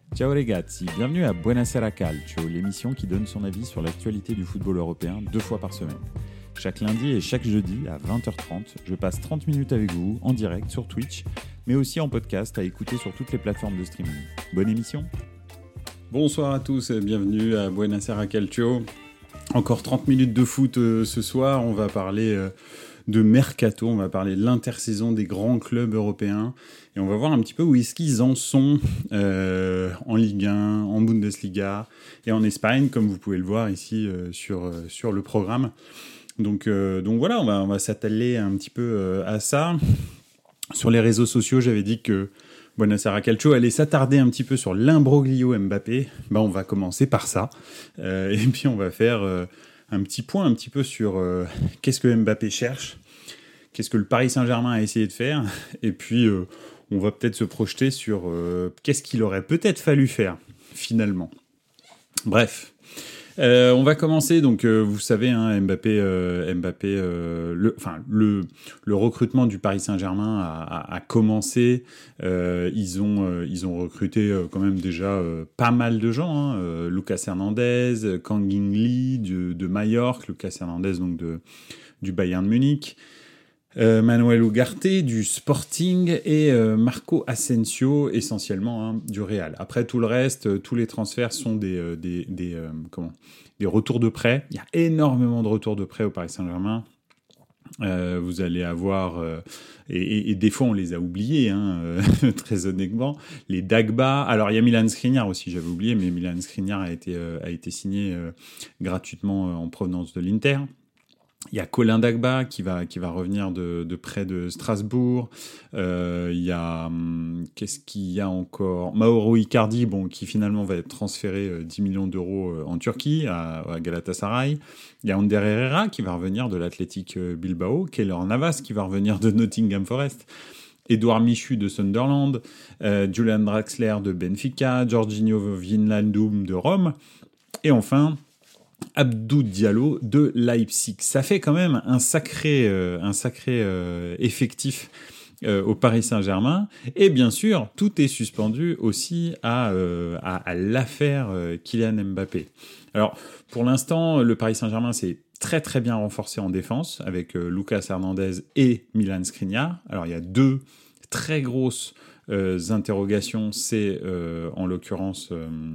Ciao ragazzi, bienvenue à Buonasera Calcio, l'émission qui donne son avis sur l'actualité du football européen 2 fois par semaine. Chaque lundi et chaque jeudi à 20h30, je passe 30 minutes avec vous en direct sur Twitch, mais aussi en podcast à écouter sur toutes les plateformes de streaming. Bonne émission. Bonsoir à tous et bienvenue à Buonasera Calcio. Encore 30 minutes de foot ce soir, on va parler de Mercato, on va parler de l'intersaison des grands clubs européens et on va voir un petit peu où est-ce qu'ils en sont en Ligue 1, en Bundesliga et en Espagne, comme vous pouvez le voir ici sur le programme. Donc voilà, on va s'atteler un petit peu à ça. Sur les réseaux sociaux, j'avais dit que Buonasera Calcio allait s'attarder un petit peu sur l'imbroglio Mbappé. On va commencer par ça. Et puis on va faire un petit point un petit peu sur qu'est-ce que Mbappé cherche, qu'est-ce que le Paris Saint-Germain a essayé de faire, et puis on va peut-être se projeter sur qu'est-ce qu'il aurait peut-être fallu faire, finalement. Bref. On va commencer, donc vous savez, Mbappé, le recrutement du Paris Saint-Germain a commencé. Ils ont recruté quand même déjà pas mal de gens. Lucas Hernandez, Kang In Lee de Majorque, Lucas Hernandez donc du Bayern de Munich. Manuel Ugarte du Sporting et Marco Asensio essentiellement du Real. Après tout le reste, tous les transferts sont des retours de prêt. Il y a énormément de retours de prêt au Paris Saint-Germain. Vous allez avoir et des fois on les a oubliés très honnêtement, les Dagba. Alors il y a Milan Skriniar aussi, j'avais oublié, mais Milan Skriniar a été signé gratuitement en provenance de l'Inter. Il y a Colin Dagba qui va revenir de près de Strasbourg. Il y a qu'est-ce qu'il y a encore, Mauro Icardi, qui finalement va être transféré 10 millions d'euros en Turquie à Galatasaray. Il y a Ander Herrera qui va revenir de l'Athletic Bilbao, Keylor Navas qui va revenir de Nottingham Forest, Edouard Michu de Sunderland, Julian Draxler de Benfica, Jorginho Wijnaldum de Rome, et enfin Abdou Diallo de Leipzig. Ça fait quand même un sacré effectif au Paris Saint-Germain. Et bien sûr, tout est suspendu aussi à l'affaire Kylian Mbappé. Alors, pour l'instant, le Paris Saint-Germain s'est très très bien renforcé en défense avec Lucas Hernandez et Milan Skriniar. Alors, il y a deux très grosses interrogations. C'est en l'occurrence...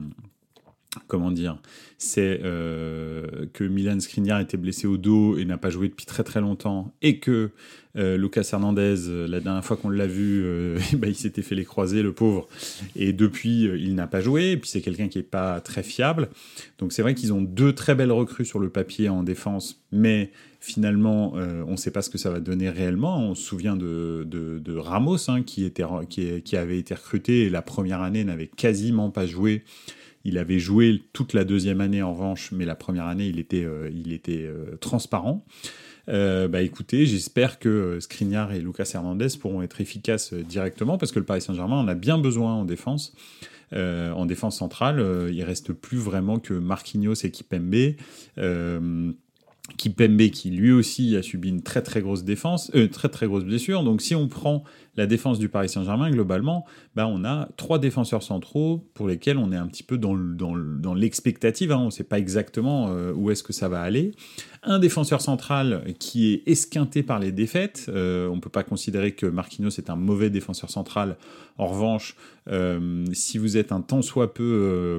c'est que Milan Skriniar était blessé au dos et n'a pas joué depuis très très longtemps, et que Lucas Hernandez, la dernière fois qu'on l'a vu, il s'était fait les croisés, le pauvre, et depuis il n'a pas joué, et puis c'est quelqu'un qui n'est pas très fiable. Donc c'est vrai qu'ils ont deux très belles recrues sur le papier en défense, mais finalement on ne sait pas ce que ça va donner réellement. On se souvient de Ramos qui avait été recruté et la première année n'avait quasiment pas joué. Il avait joué toute la deuxième année en revanche, mais la première année, il était transparent. Écoutez, j'espère que Skriniar et Lucas Hernandez pourront être efficaces directement, parce que le Paris Saint-Germain en a bien besoin en défense. En défense centrale, il reste plus vraiment que Marquinhos et Kimpembe. Kimpembe qui lui aussi a subi une très très grosse blessure. Donc si on prend la défense du Paris Saint-Germain, globalement, on a trois défenseurs centraux pour lesquels on est un petit peu dans l'expectative. On ne sait pas exactement où est-ce que ça va aller. Un défenseur central qui est esquinté par les défaites. On ne peut pas considérer que Marquinhos est un mauvais défenseur central. En revanche, si vous êtes un tant soit peu,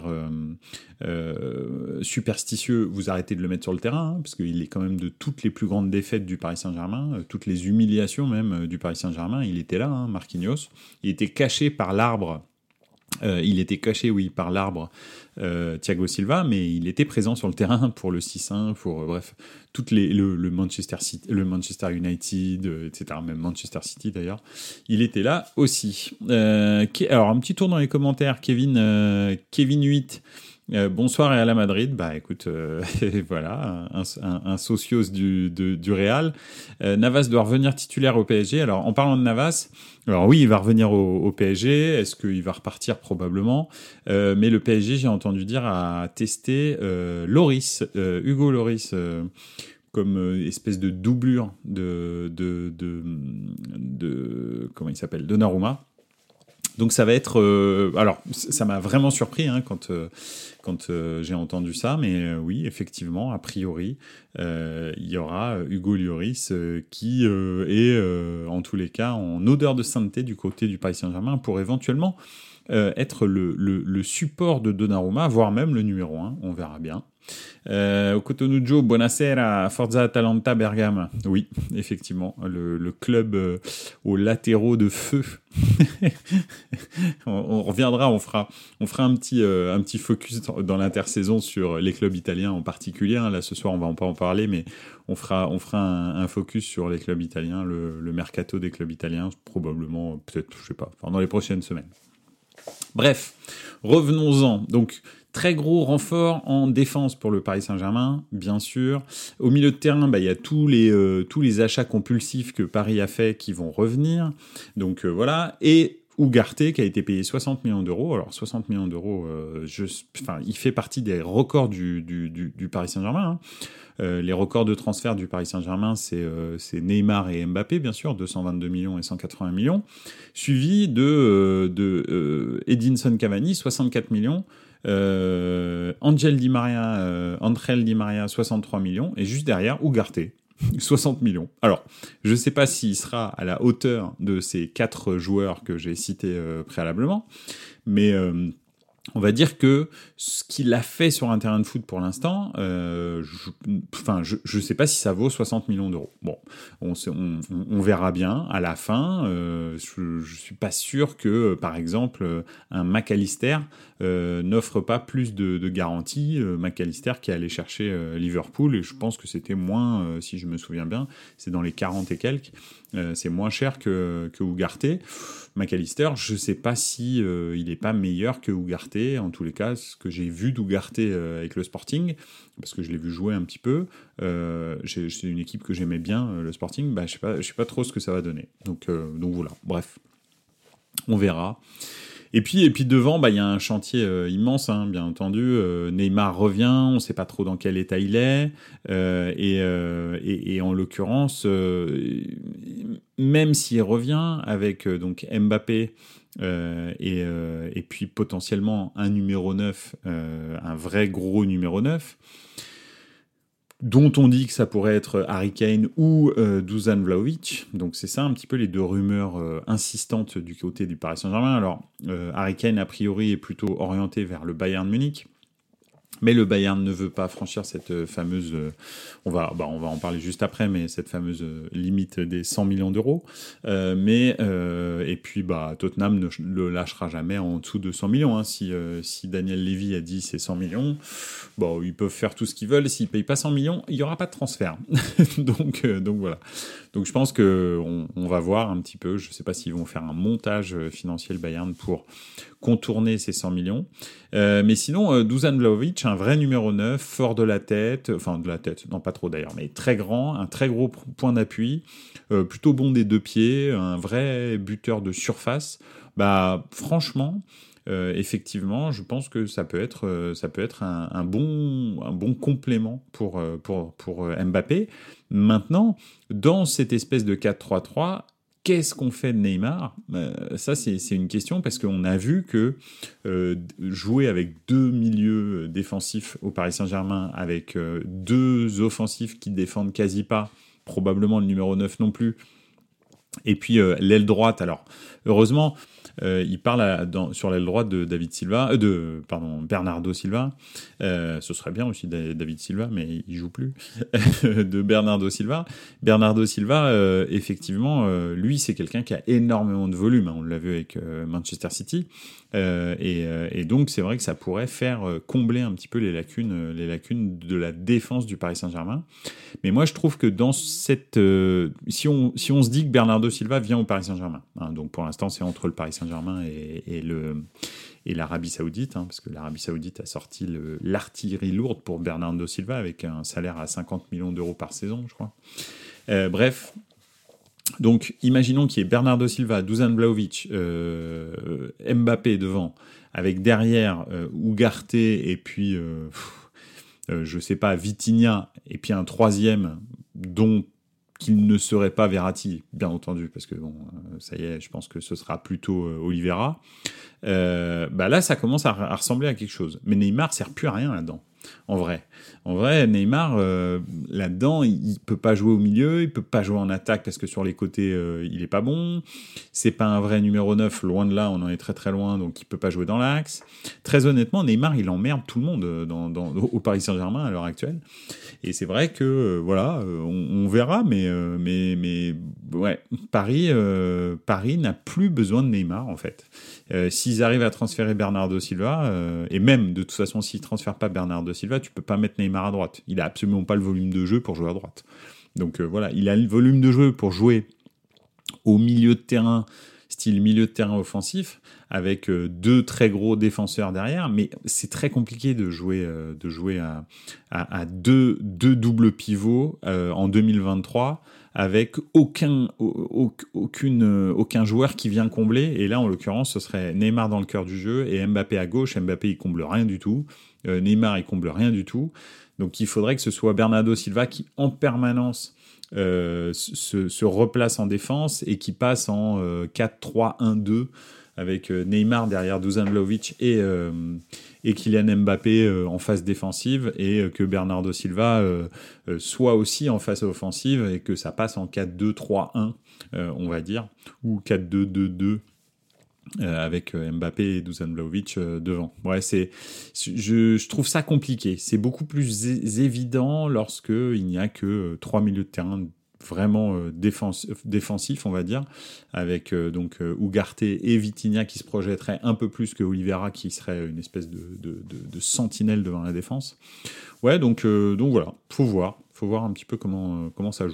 superstitieux, vous arrêtez de le mettre sur le terrain, parce qu'il est quand même de toutes les plus grandes défaites du Paris Saint-Germain, toutes les humiliations même du Paris Saint-Germain. Il était là, Marquinhos. Il était caché par l'arbre. Thiago Silva, mais il était présent sur le terrain pour le 6-1, pour le Manchester United, etc. Même Manchester City d'ailleurs. Il était là aussi. Alors un petit tour dans les commentaires. Kevin 8. Bonsoir et à la Madrid. Écoute, voilà, un socios du Real. Navas doit revenir titulaire au PSG. Alors, en parlant de Navas, alors oui, il va revenir au PSG. Est-ce qu'il va repartir? Probablement. Mais le PSG, j'ai entendu dire, a testé Hugo Lloris, comme espèce de doublure de comment il s'appelle, Donnarumma. Donc ça va être... alors, ça m'a vraiment surpris quand j'ai entendu ça, mais oui, effectivement, a priori, il y aura Hugo Lloris qui est, en tous les cas, en odeur de sainteté du côté du Paris Saint-Germain pour éventuellement être le support de Donnarumma, voire même le numéro 1, on verra bien. Cotonou Joe, buonasera, Forza Atalanta Bergame. Oui, effectivement, le club aux latéraux de feu. on reviendra, on fera un petit focus dans l'intersaison sur les clubs italiens en particulier. Là, ce soir, on va pas en parler, mais on fera un focus sur les clubs italiens, le mercato des clubs italiens, probablement, peut-être, je sais pas, dans les prochaines semaines. Bref, revenons-en. Donc, très gros renfort en défense pour le Paris Saint-Germain, bien sûr. Au milieu de terrain, il y a tous les achats compulsifs que Paris a fait qui vont revenir. Donc voilà. Et Ugarte qui a été payé 60 millions d'euros. Alors 60 millions d'euros, il fait partie des records du Paris Saint-Germain. Les records de transfert du Paris Saint-Germain, c'est Neymar et Mbappé, bien sûr, 222 millions et 180 millions, suivi de Edinson Cavani, 64 millions, Angel Di Maria, 63 millions, et juste derrière, Ugarte, 60 millions. Alors, je ne sais pas s'il sera à la hauteur de ces 4 joueurs que j'ai cités préalablement, mais... on va dire que ce qu'il a fait sur un terrain de foot pour l'instant, je sais pas si ça vaut 60 millions d'euros. Bon, on verra bien à la fin. Je suis pas sûr que, par exemple, un McAllister n'offre pas plus de garanties. McAllister qui est allé chercher Liverpool, et je pense que c'était moins, si je me souviens bien, c'est dans les 40 et quelques. C'est moins cher que Ugarte. McAllister, je sais pas si il est pas meilleur que Ugarte. En tous les cas, ce que j'ai vu d'Ugarte avec le Sporting, parce que je l'ai vu jouer un petit peu, c'est une équipe que j'aimais bien, le Sporting. Je sais pas trop ce que ça va donner. Donc voilà. Bref, on verra. Et puis devant, il y a un chantier immense, bien entendu. Neymar revient, on ne sait pas trop dans quel état il est, et en l'occurrence, même s'il revient avec donc Mbappé et puis potentiellement un numéro 9, un vrai gros numéro 9, dont on dit que ça pourrait être Harry Kane ou Dusan Vlahovic. Donc c'est ça un petit peu les deux rumeurs insistantes du côté du Paris Saint-Germain. Alors Harry Kane a priori est plutôt orienté vers le Bayern Munich. Mais le Bayern ne veut pas franchir cette fameuse, on va en parler juste après, mais cette fameuse limite des 100 millions d'euros. Et puis Tottenham ne le lâchera jamais en dessous de 100 millions. Si Daniel Levy a dit c'est 100 millions, ils peuvent faire tout ce qu'ils veulent. S'ils payent pas 100 millions, il y aura pas de transfert. donc voilà. Donc je pense que on va voir un petit peu. Je sais pas s'ils vont faire un montage financier le Bayern pour contourner ces 100 millions. Mais sinon, Dusan Vlahovic, un vrai numéro 9, fort de la tête, non pas trop d'ailleurs, mais très grand, un très gros point d'appui, plutôt bon des deux pieds, un vrai buteur de surface. Franchement, effectivement, je pense que ça peut être un bon complément pour Mbappé. Maintenant, dans cette espèce de 4-3-3, qu'est-ce qu'on fait de Neymar ? Ça, c'est une question, parce qu'on a vu que jouer avec 2 milieux défensifs au Paris Saint-Germain, avec 2 offensifs qui défendent quasi pas, probablement le numéro 9 non plus, et puis l'aile droite, alors heureusement, il parle sur l'aile droite de Bernardo Silva. Ce serait bien aussi David Silva, mais il joue plus. De Bernardo Silva. Bernardo Silva, effectivement, lui, c'est quelqu'un qui a énormément de volume. On l'a vu avec Manchester City. Et donc, c'est vrai que ça pourrait faire combler un petit peu les lacunes de la défense du Paris Saint-Germain. Mais moi, je trouve que dans cette... si on se dit que Bernardo Silva vient au Paris Saint-Germain, donc pour l'instant, c'est entre le Paris Saint-Germain et l'Arabie Saoudite, parce que l'Arabie Saoudite a sorti l'artillerie lourde pour Bernardo Silva avec un salaire à 50 millions d'euros par saison, je crois. Bref, donc imaginons qu'il y ait Bernardo Silva, Dusan Vlahovic, Mbappé devant, avec derrière Ugarte et puis je sais pas, Vitinha, et puis un troisième dont qu'il ne serait pas Verratti, bien entendu, parce que bon, ça y est, je pense que ce sera plutôt Oliveira. Là, ça commence à ressembler à quelque chose. Mais Neymar sert plus à rien là-dedans. En vrai, Neymar, là-dedans, il peut pas jouer au milieu, il peut pas jouer en attaque parce que sur les côtés, il est pas bon. C'est pas un vrai numéro 9, loin de là, on en est très très loin, donc il peut pas jouer dans l'axe. Très honnêtement, Neymar, il emmerde tout le monde au Paris Saint-Germain à l'heure actuelle. Et c'est vrai que, on verra, mais ouais, Paris n'a plus besoin de Neymar, en fait. S'ils arrivent à transférer Bernardo Silva, et même, de toute façon, s'ils ne transfèrent pas Bernardo Silva, tu peux pas mettre Neymar à droite. Il a absolument pas le volume de jeu pour jouer à droite. Donc il a le volume de jeu pour jouer au milieu de terrain, style milieu de terrain offensif, avec deux très gros défenseurs derrière, mais c'est très compliqué de jouer à deux doubles pivots en 2023 avec aucun joueur qui vient combler. Et là, en l'occurrence, ce serait Neymar dans le cœur du jeu et Mbappé à gauche. Mbappé, il comble rien du tout. Neymar, il comble rien du tout. Donc, il faudrait que ce soit Bernardo Silva qui, en permanence, se replace en défense et qui passe en 4-3-1-2 avec Neymar derrière Dusan Vlahovic et Kylian Mbappé en phase défensive et que Bernardo Silva soit aussi en phase offensive et que ça passe en 4-2-3-1 on va dire, ou 4-2-2-2 avec Mbappé et Dusan Vlahovic devant. Ouais, je trouve ça compliqué. C'est beaucoup plus évident lorsque il n'y a que trois milieux de terrain vraiment défensifs, on va dire, avec Ugarte et Vitinha qui se projetteraient un peu plus que Oliveira qui serait une espèce de sentinelle devant la défense. Ouais, donc voilà, faut voir un petit peu comment ça joue.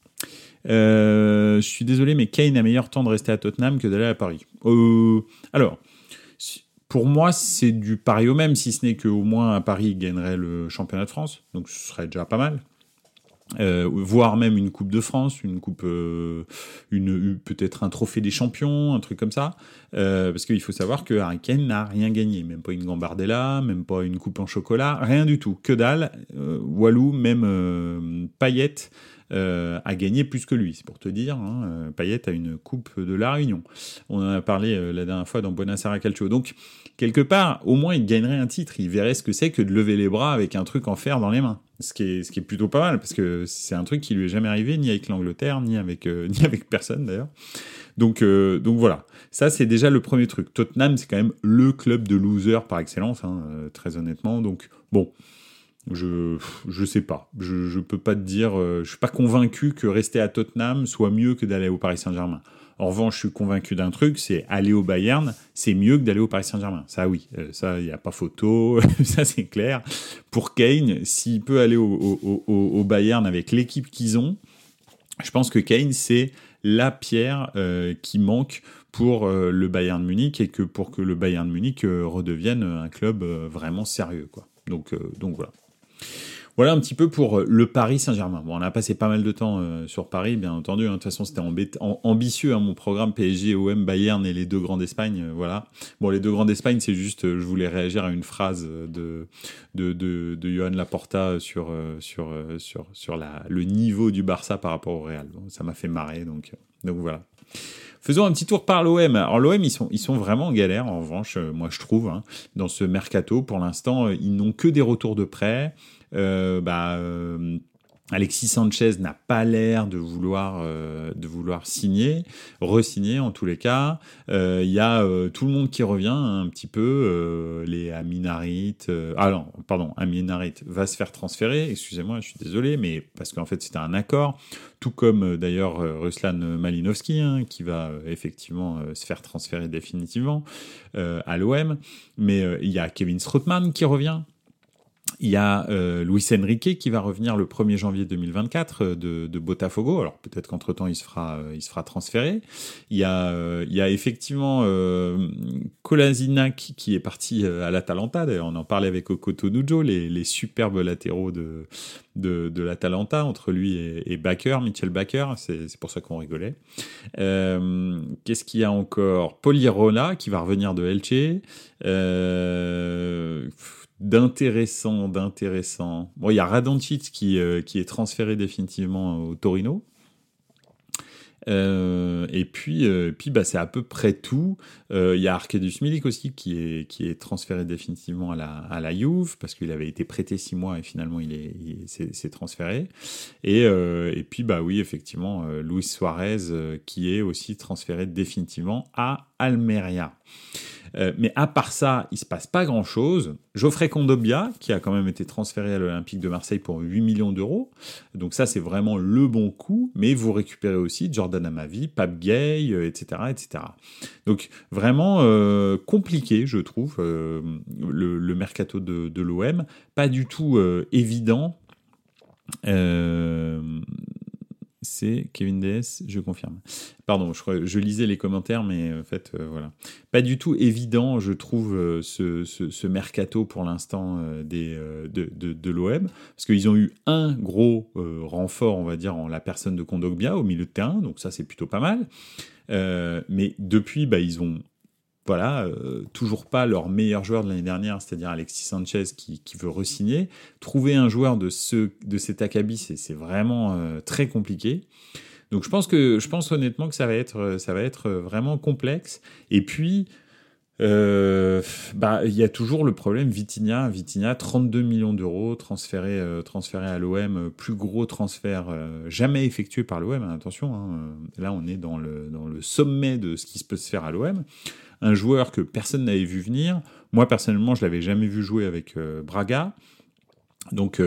Je suis désolé, mais Kane a meilleur temps de rester à Tottenham que d'aller à Paris. Alors, pour moi, c'est du pari au même, si ce n'est qu'au moins à Paris, il gagnerait le championnat de France. Donc, ce serait déjà pas mal. Voire même une Coupe de France, une coupe, peut-être un trophée des champions, un truc comme ça. Parce qu'il faut savoir que Harry Kane n'a rien gagné, même pas une Gambardella, même pas une coupe en chocolat, rien du tout, que dalle. Walou, même Payet a gagné plus que lui, c'est pour te dire. Payet a une coupe de la Réunion. On en a parlé la dernière fois dans Buonasera Calcio. Donc, quelque part, au moins, il gagnerait un titre. Il verrait ce que c'est que de lever les bras avec un truc en fer dans les mains. Ce qui est plutôt pas mal, parce que c'est un truc qui lui est jamais arrivé, ni avec l'Angleterre, ni avec personne d'ailleurs. Donc voilà. Ça, c'est déjà le premier truc. Tottenham, c'est quand même le club de losers par excellence, très honnêtement. Donc, bon. Je sais pas. Je peux pas te dire. Je suis pas convaincu que rester à Tottenham soit mieux que d'aller au Paris Saint-Germain. En revanche, je suis convaincu d'un truc, c'est aller au Bayern, c'est mieux que d'aller au Paris Saint-Germain. Ça, oui. Ça, il n'y a pas photo. Ça, c'est clair. Pour Kane, s'il peut aller au Bayern avec l'équipe qu'ils ont, je pense que Kane, c'est la pierre qui manque pour le Bayern Munich et que pour que le Bayern Munich redevienne un club vraiment sérieux, quoi. Donc voilà. Voilà un petit peu pour le Paris Saint-Germain. Bon, on a passé pas mal de temps sur Paris, bien entendu. De toute façon, c'était ambitieux, mon programme PSG, OM, Bayern et les deux grands d'Espagne. Voilà. Bon, les deux grands d'Espagne, c'est juste, je voulais réagir à une phrase de Johan Laporta sur le niveau du Barça par rapport au Real. Bon, ça m'a fait marrer, donc voilà. Faisons un petit tour par l'OM. Alors l'OM, ils sont vraiment en galère, en revanche, moi je trouve, dans ce mercato. Pour l'instant, ils n'ont que des retours de prêt. Alexis Sanchez n'a pas l'air de vouloir signer, re-signer en tous les cas. Il y a tout le monde qui revient un petit peu. Les Amin Harit. Amin Harit va se faire transférer. Excusez-moi, je suis désolé, mais parce qu'en fait c'était un accord. Tout comme d'ailleurs Ruslan Malinovski, qui va effectivement se faire transférer définitivement à l'OM. Mais il y a Kevin Strootman qui revient. Il y a Luis Enrique qui va revenir le 1er janvier 2024 de Botafogo. Alors peut-être qu'entre-temps il se fera transférer. Il y a effectivement Kolasinac qui est parti à l'Atalanta. D'ailleurs, on en parlait avec Cotonou, les superbes latéraux de l'Atalanta entre lui et Bakker, Mitchell Bakker. C'est pour ça qu'on rigolait. Qu'est-ce qu'il y a encore? Polirola qui va revenir de Elche. D'intéressant. Bon, il y a Radoncic qui est transféré définitivement au Torino. Et puis c'est à peu près tout. Il y a Arkadiusz Milik aussi qui est transféré définitivement à la Juve parce qu'il avait été prêté 6 mois et finalement il s'est transféré. Et puis oui, effectivement, Luis Suarez qui est aussi transféré définitivement à Almeria. Mais à part ça, il se passe pas grand-chose. Geoffrey Kondogbia, qui a quand même été transféré à l'Olympique de Marseille pour 8 millions d'euros. Donc ça, c'est vraiment le bon coup. Mais vous récupérez aussi Jordan Amavi, Pape Gueye, etc., etc. Donc vraiment compliqué, je trouve, le mercato de l'OM. Pas du tout évident. C'est Kevin DS, je confirme. Pardon, je lisais les commentaires, mais en fait, voilà. Pas du tout évident, je trouve, ce mercato pour l'instant de l'OM, parce qu'ils ont eu un gros renfort, on va dire, en la personne de Kondogbia au milieu de terrain, donc ça, c'est plutôt pas mal. Mais depuis, ils ont toujours pas leur meilleur joueur de l'année dernière, c'est-à-dire Alexis Sanchez qui veut re-signer. Trouver un joueur de cet acabit, c'est vraiment très compliqué. Donc je pense honnêtement que ça va être vraiment complexe. Et puis il y a toujours le problème Vitinha, 32 millions d'euros transféré à l'OM, plus gros transfert jamais effectué par l'OM, attention, hein, là on est dans le sommet de ce qui peut se faire à l'OM. Un joueur que personne n'avait vu venir. Moi, personnellement, je l'avais jamais vu jouer avec Braga. Donc,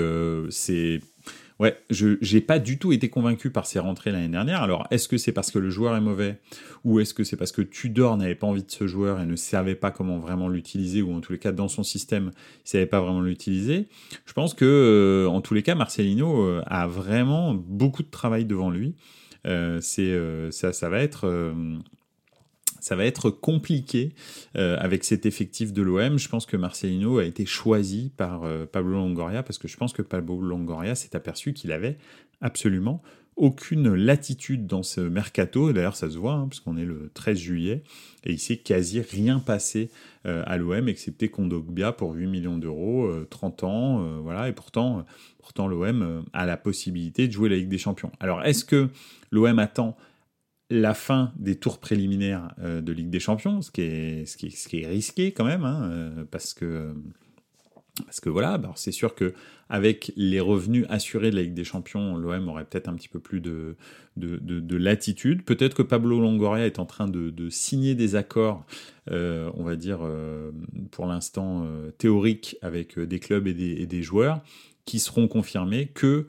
j'ai pas du tout été convaincu par ses rentrées l'année dernière. Alors, est-ce que c'est parce que le joueur est mauvais ou est-ce que c'est parce que Tudor n'avait pas envie de ce joueur et ne savait pas comment vraiment l'utiliser, ou en tous les cas, dans son système, il savait pas vraiment l'utiliser? Je pense que, en tous les cas, Marcelino a vraiment beaucoup de travail devant lui. Ça va être compliqué avec cet effectif de l'OM. Je pense que Marcelino a été choisi par Pablo Longoria parce que je pense que Pablo Longoria s'est aperçu qu'il avait absolument aucune latitude dans ce mercato. D'ailleurs, ça se voit, hein, parce qu'on est le 13 juillet, et il s'est quasi rien passé à l'OM, excepté Kondogbia pour 8 millions d'euros, 30 ans, voilà, et pourtant l'OM a la possibilité de jouer la Ligue des Champions. Alors, est-ce que l'OM attend la fin des tours préliminaires de Ligue des Champions, ce qui est risqué quand même, hein, parce que voilà, c'est sûr que avec les revenus assurés de la Ligue des Champions, l'OM aurait peut-être un petit peu plus de latitude. Peut-être que Pablo Longoria est en train de signer des accords, on va dire, pour l'instant théoriques, avec des clubs et des joueurs qui seront confirmés que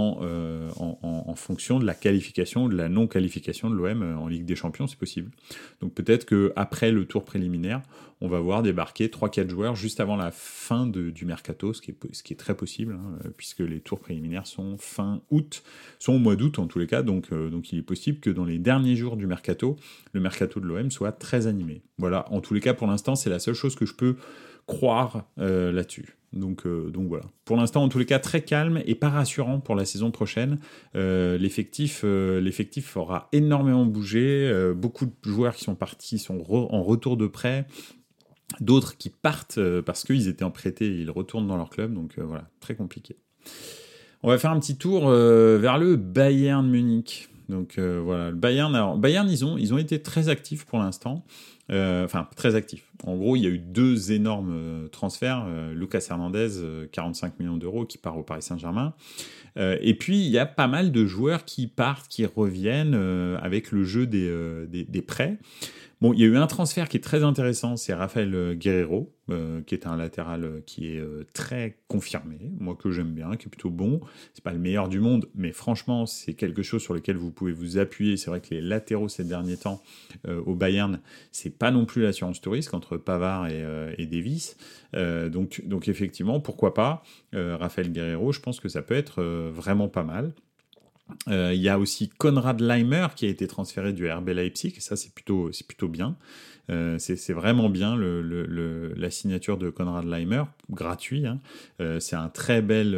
en fonction de la qualification ou de la non-qualification de l'OM en Ligue des Champions, c'est possible. Donc peut-être qu'après le tour préliminaire, on va voir débarquer 3-4 joueurs juste avant la fin du mercato, ce qui est très possible, hein, puisque les tours préliminaires sont fin août, sont au mois d'août en tous les cas, donc il est possible que dans les derniers jours du mercato, le mercato de l'OM soit très animé. Voilà, en tous les cas, pour l'instant, c'est la seule chose que je peux croire là-dessus. Donc voilà. Pour l'instant, en tous les cas, très calme et pas rassurant pour la saison prochaine. L'effectif aura énormément bougé. Beaucoup de joueurs qui sont partis sont en retour de prêt. D'autres qui partent parce qu'ils étaient emprêtés et ils retournent dans leur club. Donc voilà, très compliqué. On va faire un petit tour vers le Bayern Munich. Donc voilà, le Bayern, ils ont été très actifs pour l'instant. Très actifs. En gros, il y a eu 2 énormes transferts. Lucas Hernandez, 45 millions d'euros, qui part au Paris Saint-Germain. Et puis, il y a pas mal de joueurs qui partent, qui reviennent avec le jeu des prêts. Bon, il y a eu un transfert qui est très intéressant, c'est Raphaël Guerreiro, qui est un latéral qui est très confirmé, moi que j'aime bien, qui est plutôt bon. C'est pas le meilleur du monde, mais franchement, c'est quelque chose sur lequel vous pouvez vous appuyer. C'est vrai que les latéraux ces derniers temps au Bayern, c'est pas non plus l'assurance tout risque entre Pavard et Davies. Donc effectivement, pourquoi pas Raphaël Guerreiro, je pense que ça peut être vraiment pas mal. Il y a aussi Konrad Laimer qui a été transféré du RB Leipzig, et ça c'est plutôt bien. C'est vraiment bien la signature de Konrad Laimer, gratuit, hein. C'est un très bel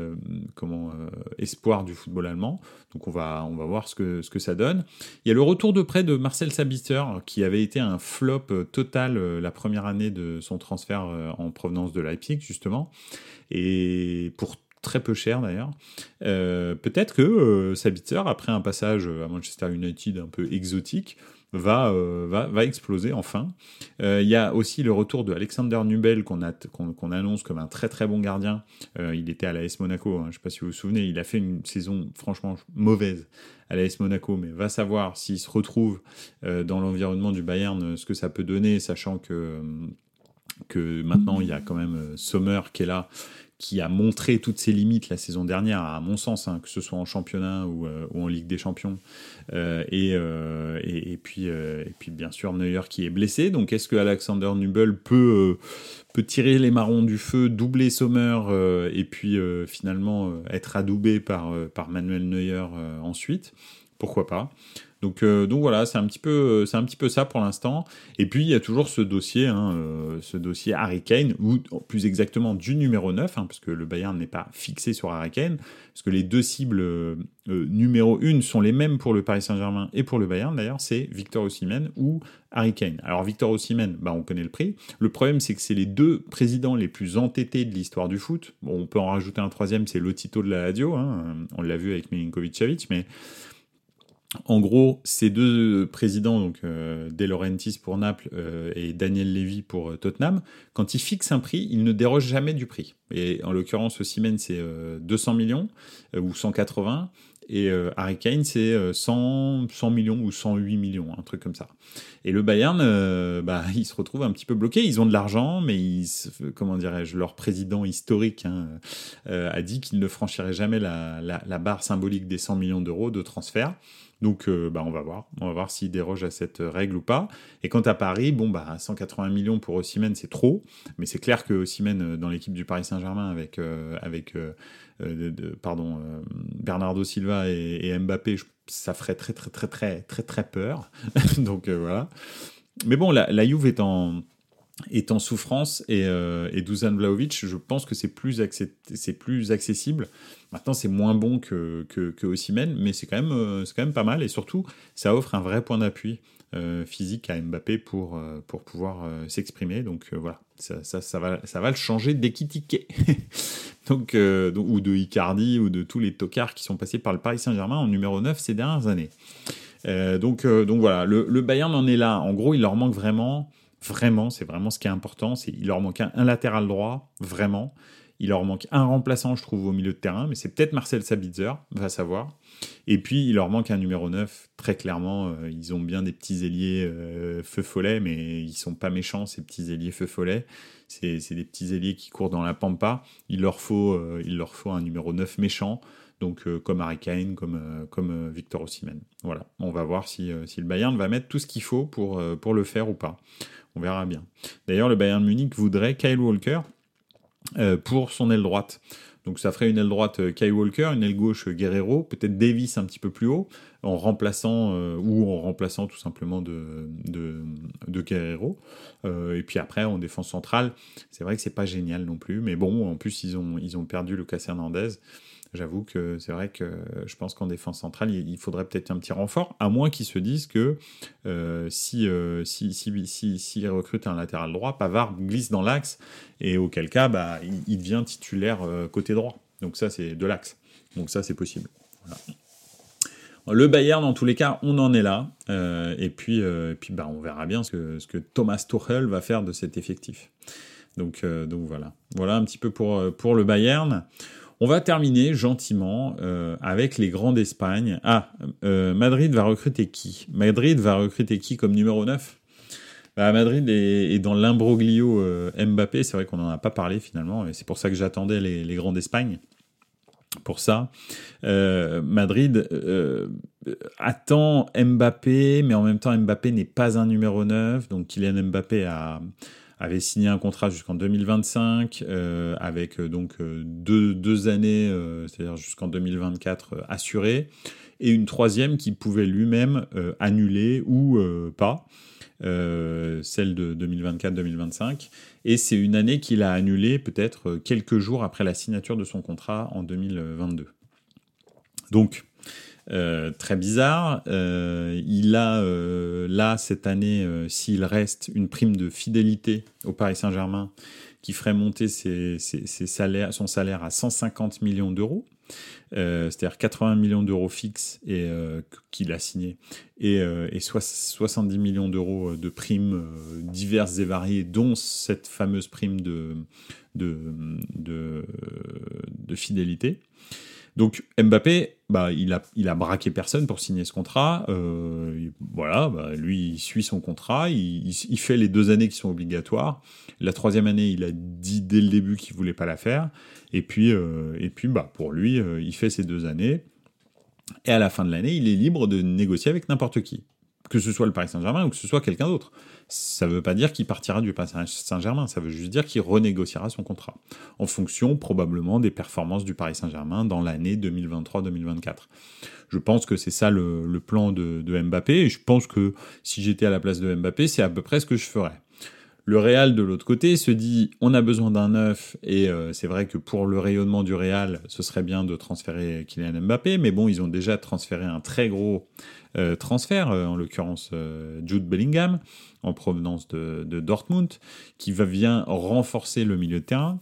espoir du football allemand. Donc on va voir ce que ça donne. Il y a le retour de prêt de Marcel Sabitzer qui avait été un flop total la première année de son transfert en provenance de Leipzig justement. Et pour très peu cher d'ailleurs. Peut-être que Sabitzer, après un passage à Manchester United un peu exotique, va exploser enfin. Il y a aussi le retour de Alexander Nubel qu'on annonce comme un très très bon gardien. Il était à l'AS Monaco, je ne sais pas si vous vous souvenez, il a fait une saison franchement mauvaise à l'AS Monaco, mais va savoir s'il se retrouve dans l'environnement du Bayern, ce que ça peut donner, sachant que maintenant il y a quand même Sommer qui est là, qui a montré toutes ses limites la saison dernière, à mon sens, que ce soit en championnat ou en Ligue des Champions. Et puis bien sûr Neuer qui est blessé. Donc est-ce que Alexander Nubel peut tirer les marrons du feu, doubler Sommer et puis finalement être adoubé par Manuel Neuer ensuite? Pourquoi pas? Donc voilà, c'est un petit peu ça pour l'instant. Et puis il y a toujours ce dossier Harry Kane, ou plus exactement du numéro 9, parce que le Bayern n'est pas fixé sur Harry Kane, parce que les deux cibles numéro 1 sont les mêmes pour le Paris Saint-Germain et pour le Bayern d'ailleurs, c'est Victor Osimhen ou Harry Kane. Alors Victor Osimhen, on connaît le prix. Le problème, c'est que c'est les deux présidents les plus entêtés de l'histoire du foot. Bon, on peut en rajouter un troisième, c'est Lotito de la Lazio, on l'a vu avec Milinkovic-Savic, mais en gros, ces deux présidents, donc De Laurentiis pour Naples et Daniel Levy pour Tottenham, quand ils fixent un prix, ils ne dérogent jamais du prix. Et en l'occurrence, Osimhen, c'est 200 millions ou 180, et Harry Kane, c'est 100 millions ou 108 millions, un truc comme ça. Et le Bayern, ils se retrouvent un petit peu bloqués. Ils ont de l'argent, mais leur président historique a dit qu'il ne franchirait jamais la barre symbolique des 100 millions d'euros de transfert. Donc, on va voir s'il déroge à cette règle ou pas. Et quant à Paris, 180 millions pour Osimhen, c'est trop. Mais c'est clair que Osimhen, dans l'équipe du Paris Saint-Germain, avec Bernardo Silva et Mbappé, ça ferait très, très, très, très, très, très peur. Donc, voilà. Mais bon, la Juve est en souffrance et Dusan Vlahovic, je pense que c'est plus accessible. Maintenant, c'est moins bon que Osimhen, mais c'est quand même pas mal, et surtout, ça offre un vrai point d'appui physique à Mbappé pour pouvoir s'exprimer. Donc voilà, ça va le changer d'Ekitike. donc ou de Icardi ou de tous les tocards qui sont passés par le Paris Saint-Germain en numéro 9 ces dernières années. Donc voilà, le Bayern en est là. En gros, il leur manque vraiment, c'est vraiment ce qui est important. Il leur manque un latéral droit, vraiment. Il leur manque un remplaçant, je trouve, au milieu de terrain, mais c'est peut-être Marcel Sabitzer, va savoir. Et puis, il leur manque un numéro 9, très clairement. Ils ont bien des petits ailiers feu follet, mais ils sont pas méchants, ces petits ailiers feu follet. C'est des petits ailiers qui courent dans la pampa. Il leur faut un numéro 9 méchant, donc comme Harry Kane, comme Victor Osimhen. Voilà, on va voir si le Bayern va mettre tout ce qu'il faut pour le faire ou pas. On verra bien. D'ailleurs, le Bayern Munich voudrait Kyle Walker pour son aile droite. Donc ça ferait une aile droite Kyle Walker, une aile gauche Guerreiro, peut-être Davis un petit peu plus haut, en remplaçant tout simplement de Guerreiro. Et puis après, en défense centrale, c'est vrai que c'est pas génial non plus, mais bon, en plus ils ont perdu Lucas Hernandez. J'avoue que c'est vrai que je pense qu'en défense centrale, il faudrait peut-être un petit renfort, à moins qu'ils se disent que s'ils recrutent un latéral droit, Pavard glisse dans l'axe, et auquel cas, il devient titulaire côté droit. Donc ça, c'est de l'axe. Donc ça, c'est possible. Voilà. Le Bayern, dans tous les cas, on en est là. Et puis on verra bien ce que Thomas Tuchel va faire de cet effectif. Donc voilà. Voilà un petit peu pour le Bayern. On va terminer gentiment avec les grands d'Espagne. Madrid va recruter qui ? Madrid va recruter qui comme numéro 9 ? Madrid est dans l'imbroglio Mbappé. C'est vrai qu'on n'en a pas parlé finalement, et c'est pour ça que j'attendais les grands d'Espagne. Pour ça, Madrid attend Mbappé, mais en même temps Mbappé n'est pas un numéro 9, donc Kylian Mbappé avait signé un contrat jusqu'en 2025 avec deux années, c'est-à-dire jusqu'en 2024 assurées, et une troisième qui pouvait lui-même annuler ou pas, celle de 2024-2025. Et c'est une année qu'il a annulée peut-être quelques jours après la signature de son contrat en 2022. Donc, très bizarre. Il a là cette année, s'il reste, une prime de fidélité au Paris Saint-Germain qui ferait monter son salaire à 150 millions d'euros. C'est-à-dire 80 millions d'euros fixes qu'il a signé et 70 millions d'euros de primes diverses et variées, dont cette fameuse prime de fidélité. Donc Mbappé, il a braqué personne pour signer ce contrat. Lui, il suit son contrat, il fait les 2 années qui sont obligatoires. La 3e année, il a dit dès le début qu'il voulait pas la faire. Et puis, pour lui, il fait ces 2 années. Et à la fin de l'année, il est libre de négocier avec n'importe qui. Que ce soit le Paris Saint-Germain ou que ce soit quelqu'un d'autre. Ça ne veut pas dire qu'il partira du Paris Saint-Germain, ça veut juste dire qu'il renégociera son contrat, en fonction probablement des performances du Paris Saint-Germain dans l'année 2023-2024. Je pense que c'est ça le plan de Mbappé, et je pense que si j'étais à la place de Mbappé, c'est à peu près ce que je ferais. Le Real, de l'autre côté, se dit on a besoin d'un neuf, et c'est vrai que pour le rayonnement du Real, ce serait bien de transférer Kylian Mbappé, mais bon, ils ont déjà transféré un très gros transfert, en l'occurrence Jude Bellingham, en provenance de Dortmund, qui vient renforcer le milieu de terrain.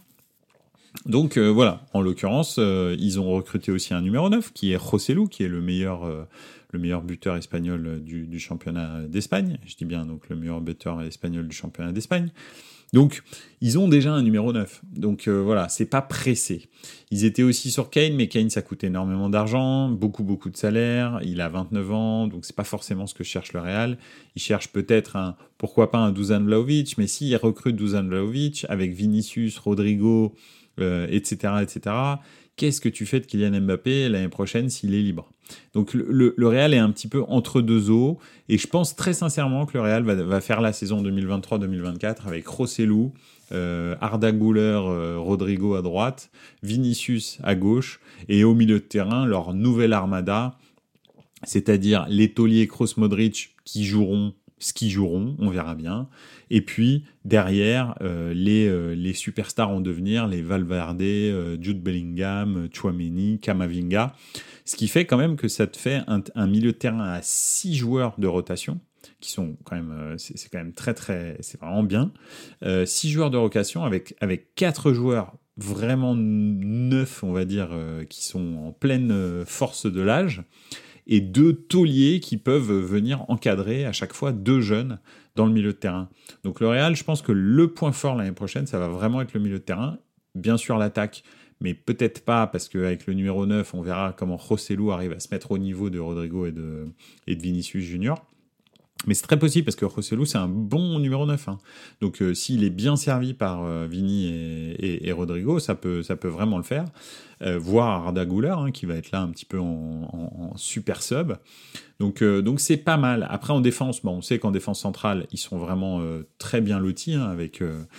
Donc voilà, en l'occurrence, ils ont recruté aussi un numéro 9, qui est Joselu, qui est le meilleur buteur espagnol du championnat d'Espagne. Je dis bien donc le meilleur buteur espagnol du championnat d'Espagne. Donc, ils ont déjà un numéro 9. Donc voilà, c'est pas pressé. Ils étaient aussi sur Kane, mais Kane, ça coûte énormément d'argent, beaucoup de salaire. Il a 29 ans, donc c'est pas forcément ce que cherche le Real. Ils cherchent peut-être pourquoi pas un Dusan Vlahovic, mais s'ils recrutent Dusan Vlahovic avec Vinicius, Rodrigo, etc., qu'est-ce que tu fais de Kylian Mbappé l'année prochaine s'il est libre? Donc le Real est un petit peu entre deux eaux, et je pense très sincèrement que le Real va faire la saison 2023-2024 avec Joselu, Arda Güler, Rodrigo à droite, Vinicius à gauche, et au milieu de terrain, leur nouvelle armada, c'est-à-dire les tauliers Kroos, Modric qui joueront ce qu'ils joueront, on verra bien. Et puis, derrière, les superstars en devenir, les Valverde, Jude Bellingham, Tchouaméni, Camavinga. Ce qui fait quand même que ça te fait un milieu de terrain à 6 joueurs de rotation, qui sont quand même, c'est quand même c'est vraiment bien. 6 joueurs de rotation avec 4 joueurs vraiment neufs, on va dire, qui sont en pleine force de l'âge, et 2 tauliers qui peuvent venir encadrer à chaque fois 2 jeunes dans le milieu de terrain. Donc le Real, je pense que le point fort l'année prochaine, ça va vraiment être le milieu de terrain. Bien sûr l'attaque, mais peut-être pas, parce qu'avec le numéro 9, on verra comment Joselu arrive à se mettre au niveau de Rodrigo et de Vinicius Junior. Mais c'est très possible, parce que Joselu, c'est un bon numéro 9. Hein. Donc s'il est bien servi par Vini et Rodrigo, ça peut vraiment le faire. Voire Arda Güler, qui va être là un petit peu en super sub. Donc c'est pas mal. Après en défense, on sait qu'en défense centrale, ils sont vraiment très bien lotis, avec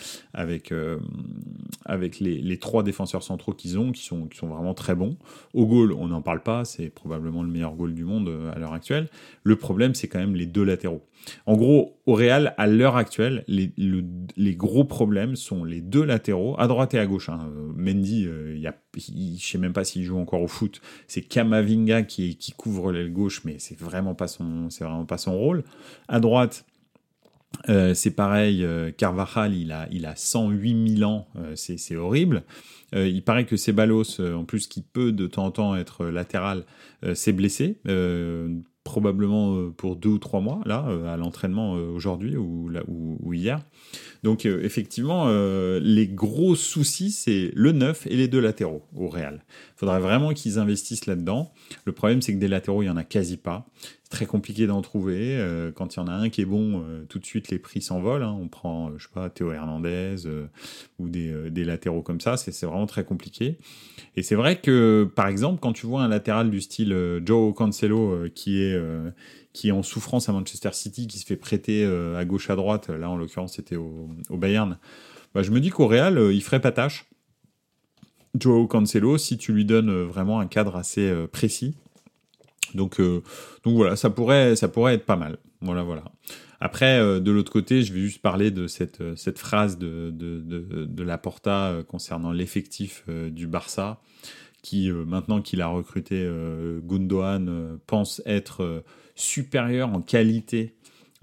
les 3 défenseurs centraux qu'ils ont, qui sont vraiment très bons. Au goal, on n'en parle pas, c'est probablement le meilleur goal du monde à l'heure actuelle. Le problème, c'est quand même les 2 latéraux. En gros, au Real, à l'heure actuelle, les gros problèmes sont les 2 latéraux, à droite et à gauche. Mendy, je sais même pas s'il joue encore au foot. C'est Camavinga qui couvre l'aile gauche, mais c'est vraiment pas son rôle. À droite, c'est pareil, Carvajal, il a 108 000 ans, c'est horrible. Il paraît que Ceballos, en plus, qui peut de temps en temps être latéral, s'est blessé. Probablement pour 2 ou 3 mois, là, à l'entraînement aujourd'hui ou hier. Donc, effectivement, les gros soucis, c'est le 9 et les 2 latéraux au Real. Il faudrait vraiment qu'ils investissent là-dedans. Le problème, c'est que des latéraux, il n'y en a quasi pas. C'est très compliqué d'en trouver. Quand il y en a un qui est bon, tout de suite, les prix s'envolent. On prend, je sais pas, Théo Hernandez ou des latéraux comme ça. C'est vraiment très compliqué. Et c'est vrai que, par exemple, quand tu vois un latéral du style Joao Cancelo qui est en souffrance à Manchester City, qui se fait prêter à gauche à droite, là en l'occurrence c'était au Bayern, je me dis qu'au Real, il ferait pas tâche. Joao Cancelo, si tu lui donnes vraiment un cadre assez précis. Donc voilà, ça pourrait être pas mal. Voilà. Après, de l'autre côté, je vais juste parler de cette phrase de Laporta concernant l'effectif du Barça, qui, maintenant qu'il a recruté Gundogan, pense être supérieur en qualité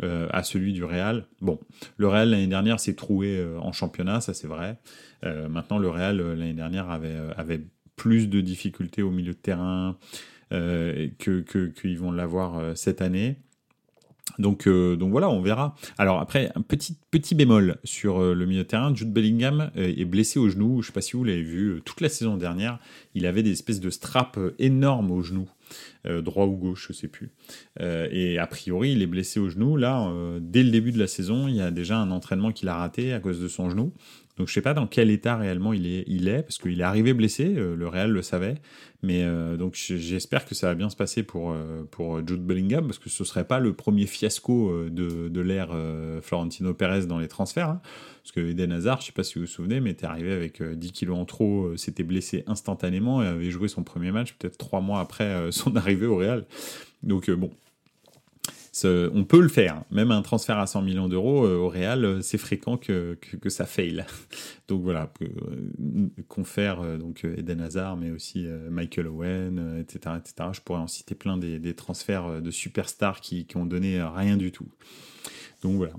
à celui du Real. Bon, le Real l'année dernière s'est troué en championnat, ça c'est vrai. Maintenant, le Real l'année dernière avait plus de difficultés au milieu de terrain qu'ils vont l'avoir cette année. Donc voilà, on verra. Alors après, un petit bémol sur le milieu de terrain. Jude Bellingham est blessé au genou. Je ne sais pas si vous l'avez vu, toute la saison dernière, il avait des espèces de straps énormes au genou, droit ou gauche, je ne sais plus. Et a priori, il est blessé au genou. Là, dès le début de la saison, il y a déjà un entraînement qu'il a raté à cause de son genou. Donc je sais pas dans quel état réellement il est parce qu'il est arrivé blessé, le Real le savait, mais donc j'espère que ça va bien se passer pour Jude Bellingham, parce que ce serait pas le premier fiasco de l'ère Florentino Pérez dans les transferts, hein, parce que Eden Hazard, je sais pas si vous vous souvenez, mais était arrivé avec 10 kilos en trop, s'était blessé instantanément et avait joué son premier match peut-être 3 mois après son arrivée au Real. Donc bon. On peut le faire, même un transfert à 100 millions d'euros au Real, c'est fréquent que ça fail. Donc voilà, confère donc Eden Hazard, mais aussi Michael Owen, etc., etc. Je pourrais en citer plein des transferts de superstars qui ont donné rien du tout. Donc voilà.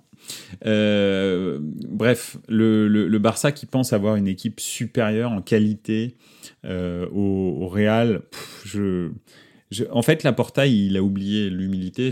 Bref, le Barça qui pense avoir une équipe supérieure en qualité au Real, en fait, Laporta, il a oublié l'humilité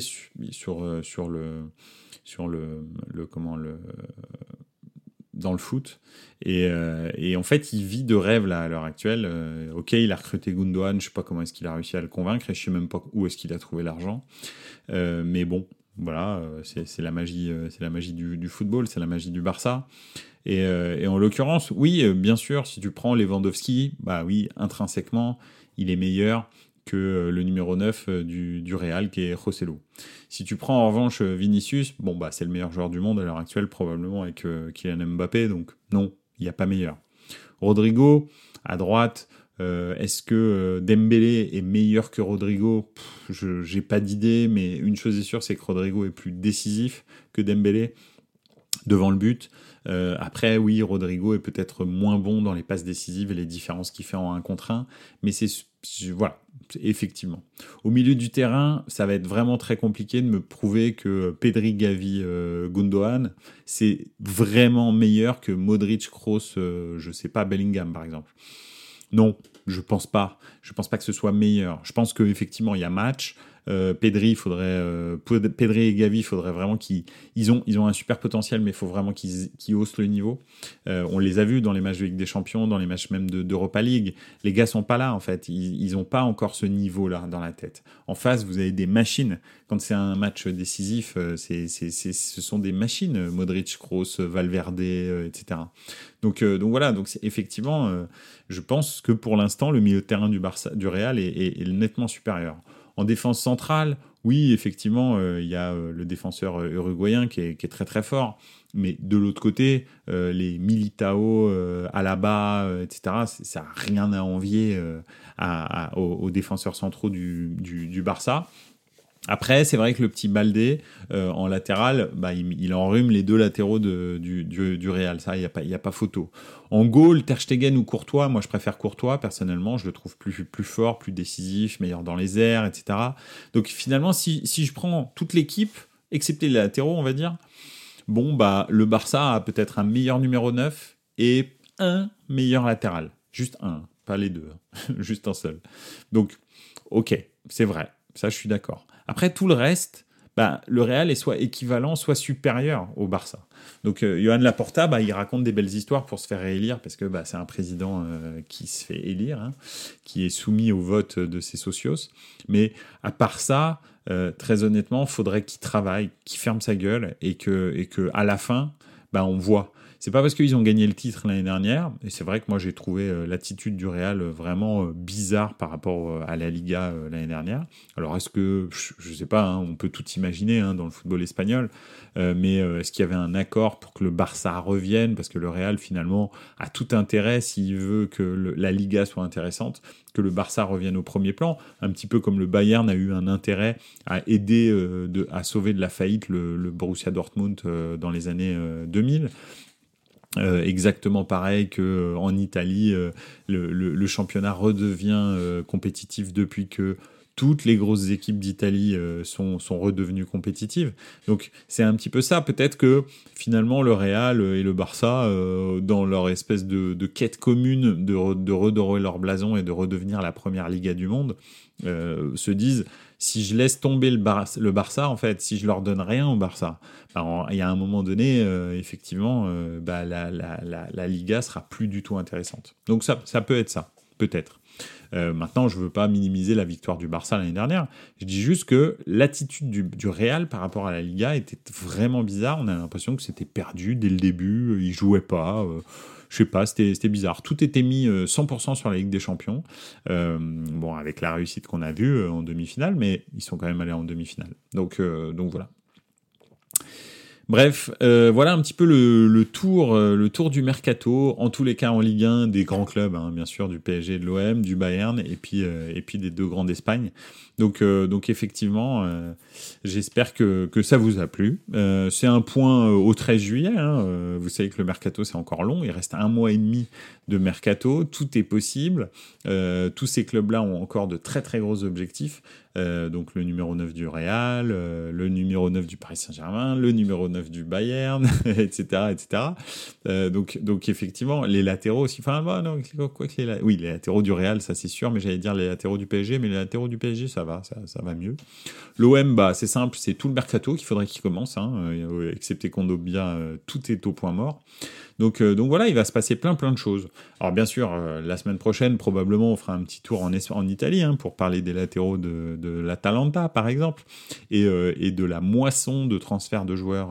dans le foot. Et en fait, il vit de rêve là à l'heure actuelle. Ok, il a recruté Gundogan, je sais pas comment est-ce qu'il a réussi à le convaincre, et je sais même pas où est-ce qu'il a trouvé l'argent. Mais bon, voilà, c'est la magie du football, c'est la magie du Barça. Et en l'occurrence, oui, bien sûr, si tu prends Lewandowski, bah oui, intrinsèquement, il est meilleur que le numéro 9 du Real, qui est Joselu. Si tu prends en revanche Vinicius, bon bah c'est le meilleur joueur du monde à l'heure actuelle, probablement avec Kylian Mbappé, donc non, il n'y a pas meilleur. Rodrigo, à droite, est-ce que Dembélé est meilleur que Rodrigo ? J'ai pas d'idée, mais une chose est sûre, c'est que Rodrigo est plus décisif que Dembélé devant le but. Après, oui, Rodrigo est peut-être moins bon dans les passes décisives et les différences qu'il fait en 1 contre 1, mais voilà, effectivement. Au milieu du terrain, ça va être vraiment très compliqué de me prouver que Pedri, Gavi, Gundogan, c'est vraiment meilleur que Modric, Kroos, je sais pas, Bellingham par exemple. Non, je pense pas. Je pense pas que ce soit meilleur. Je pense qu'effectivement, il y a match. Pedri et Gavi, il faudrait vraiment qu'ils ont un super potentiel, mais il faut vraiment qu'ils haussent le niveau. On les a vus dans les matchs de Ligue des Champions, dans les matchs même d'Europa League. Les gars sont pas là, en fait. Ils ont pas encore ce niveau-là dans la tête. En face, vous avez des machines. Quand c'est un match décisif, ce sont des machines. Modric, Kroos, Valverde, etc. Donc voilà. Donc effectivement, je pense que pour l'instant, le milieu de terrain du Real est nettement supérieur. En défense centrale, oui, effectivement, il y a le défenseur uruguayen qui est très très fort, mais de l'autre côté, les Militao, Alaba, etc., ça n'a rien à envier aux défenseurs centraux du Barça. Après, c'est vrai que le petit Baldé, en latéral, bah, il enrhume les deux latéraux du Real. Ça, il y a pas photo. En goal, Ter Stegen ou Courtois, moi je préfère Courtois, personnellement. Je le trouve plus fort, plus décisif, meilleur dans les airs, etc. Donc finalement, si je prends toute l'équipe, excepté les latéraux, on va dire, bon, bah, le Barça a peut-être un meilleur numéro 9 et un meilleur latéral. Juste un, pas les deux. Juste un seul. Donc, ok, c'est vrai. Ça, je suis d'accord. Après, tout le reste, bah, le Real est soit équivalent, soit supérieur au Barça. Donc, Johan Laporta, bah, il raconte des belles histoires pour se faire réélire, parce que bah, c'est un président qui se fait élire, hein, qui est soumis au vote de ses socios. Mais à part ça, très honnêtement, il faudrait qu'il travaille, qu'il ferme sa gueule, et que à la fin, bah, on voit. C'est pas parce qu'ils ont gagné le titre l'année dernière, et c'est vrai que moi j'ai trouvé l'attitude du Real vraiment bizarre par rapport à la Liga l'année dernière. Alors est-ce que, je sais pas, hein, on peut tout imaginer hein, dans le football espagnol, mais est-ce qu'il y avait un accord pour que le Barça revienne, parce que le Real finalement a tout intérêt, s'il veut que la Liga soit intéressante, que le Barça revienne au premier plan, un petit peu comme le Bayern a eu un intérêt à aider à sauver de la faillite le Borussia Dortmund dans les années 2000. Exactement pareil qu'en Italie, le championnat redevient compétitif depuis que toutes les grosses équipes d'Italie sont redevenues compétitives. Donc c'est un petit peu ça. Peut-être que finalement le Real et le Barça, dans leur espèce de quête commune de redorer leur blason et de redevenir la première Liga du monde, se disent, si je laisse tomber le Barça, en fait, si je leur donne rien au Barça, il y a un moment donné, effectivement, la Liga sera plus du tout intéressante. Donc ça peut être ça, peut-être. Maintenant, je ne veux pas minimiser la victoire du Barça l'année dernière. Je dis juste que l'attitude du Real par rapport à la Liga était vraiment bizarre. On a l'impression que c'était perdu dès le début. Ils ne jouaient pas. Je sais pas, c'était bizarre. Tout était mis 100% sur la Ligue des Champions. Bon, avec la réussite qu'on a vue en demi-finale, mais ils sont quand même allés en demi-finale. Donc voilà. Bref, voilà un petit peu le tour du mercato, en tous les cas en Ligue 1, des grands clubs, hein, bien sûr, du PSG et de l'OM, du Bayern, et puis des deux grands d'Espagne. Donc effectivement, j'espère que ça vous a plu. C'est un point au 13 juillet. Hein, vous savez que le mercato, c'est encore long. Il reste 1 mois et demi de mercato. Tout est possible. Tous ces clubs-là ont encore de très très gros objectifs. Donc le numéro 9 du Real, le numéro 9 du Paris Saint-Germain, le numéro 9 du Bayern, etc. Donc effectivement, les latéraux aussi. Enfin, non, quoi que oui, les latéraux du Real, ça c'est sûr, mais j'allais dire les latéraux du PSG, mais les latéraux du PSG, ça va mieux. L'OM, c'est simple, c'est tout le mercato qu'il faudrait qu'il commence, hein, excepté Kondogbia, tout est au point mort. Donc voilà, il va se passer plein de choses. Alors bien sûr, la semaine prochaine, probablement, on fera un petit tour en Italie, hein, pour parler des latéraux de l'Atalanta, par exemple, et de la moisson de transfert de joueurs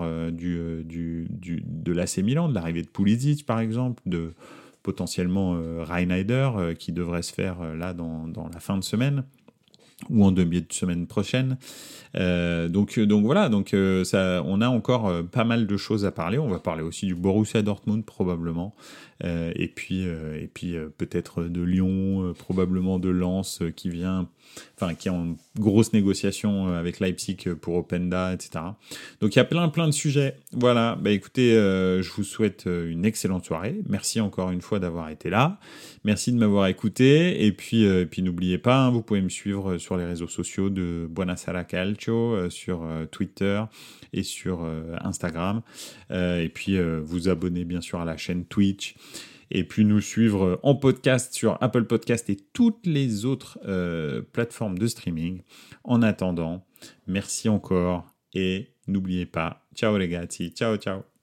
de l'AC Milan, de l'arrivée de Pulisic, par exemple, de potentiellement Reinheider, qui devrait se faire là dans la fin de semaine, ou en demi de semaine prochaine. Donc voilà, ça, on a encore pas mal de choses à parler. On va parler aussi du Borussia Dortmund probablement, et puis peut-être de Lyon, probablement de Lens qui est en grosse négociation avec Leipzig pour Openda, etc. Donc il y a plein de sujets. Voilà, écoutez, je vous souhaite une excellente soirée. Merci encore une fois d'avoir été là. Merci de m'avoir écouté. Et puis n'oubliez pas, hein, vous pouvez me suivre sur les réseaux sociaux de Buonasera Calcio, sur Twitter et sur Instagram. Et puis vous abonner bien sûr à la chaîne Twitch. Et puis nous suivre en podcast sur Apple Podcast et toutes les autres plateformes de streaming. En attendant, merci encore et n'oubliez pas, ciao ragazzi, ciao.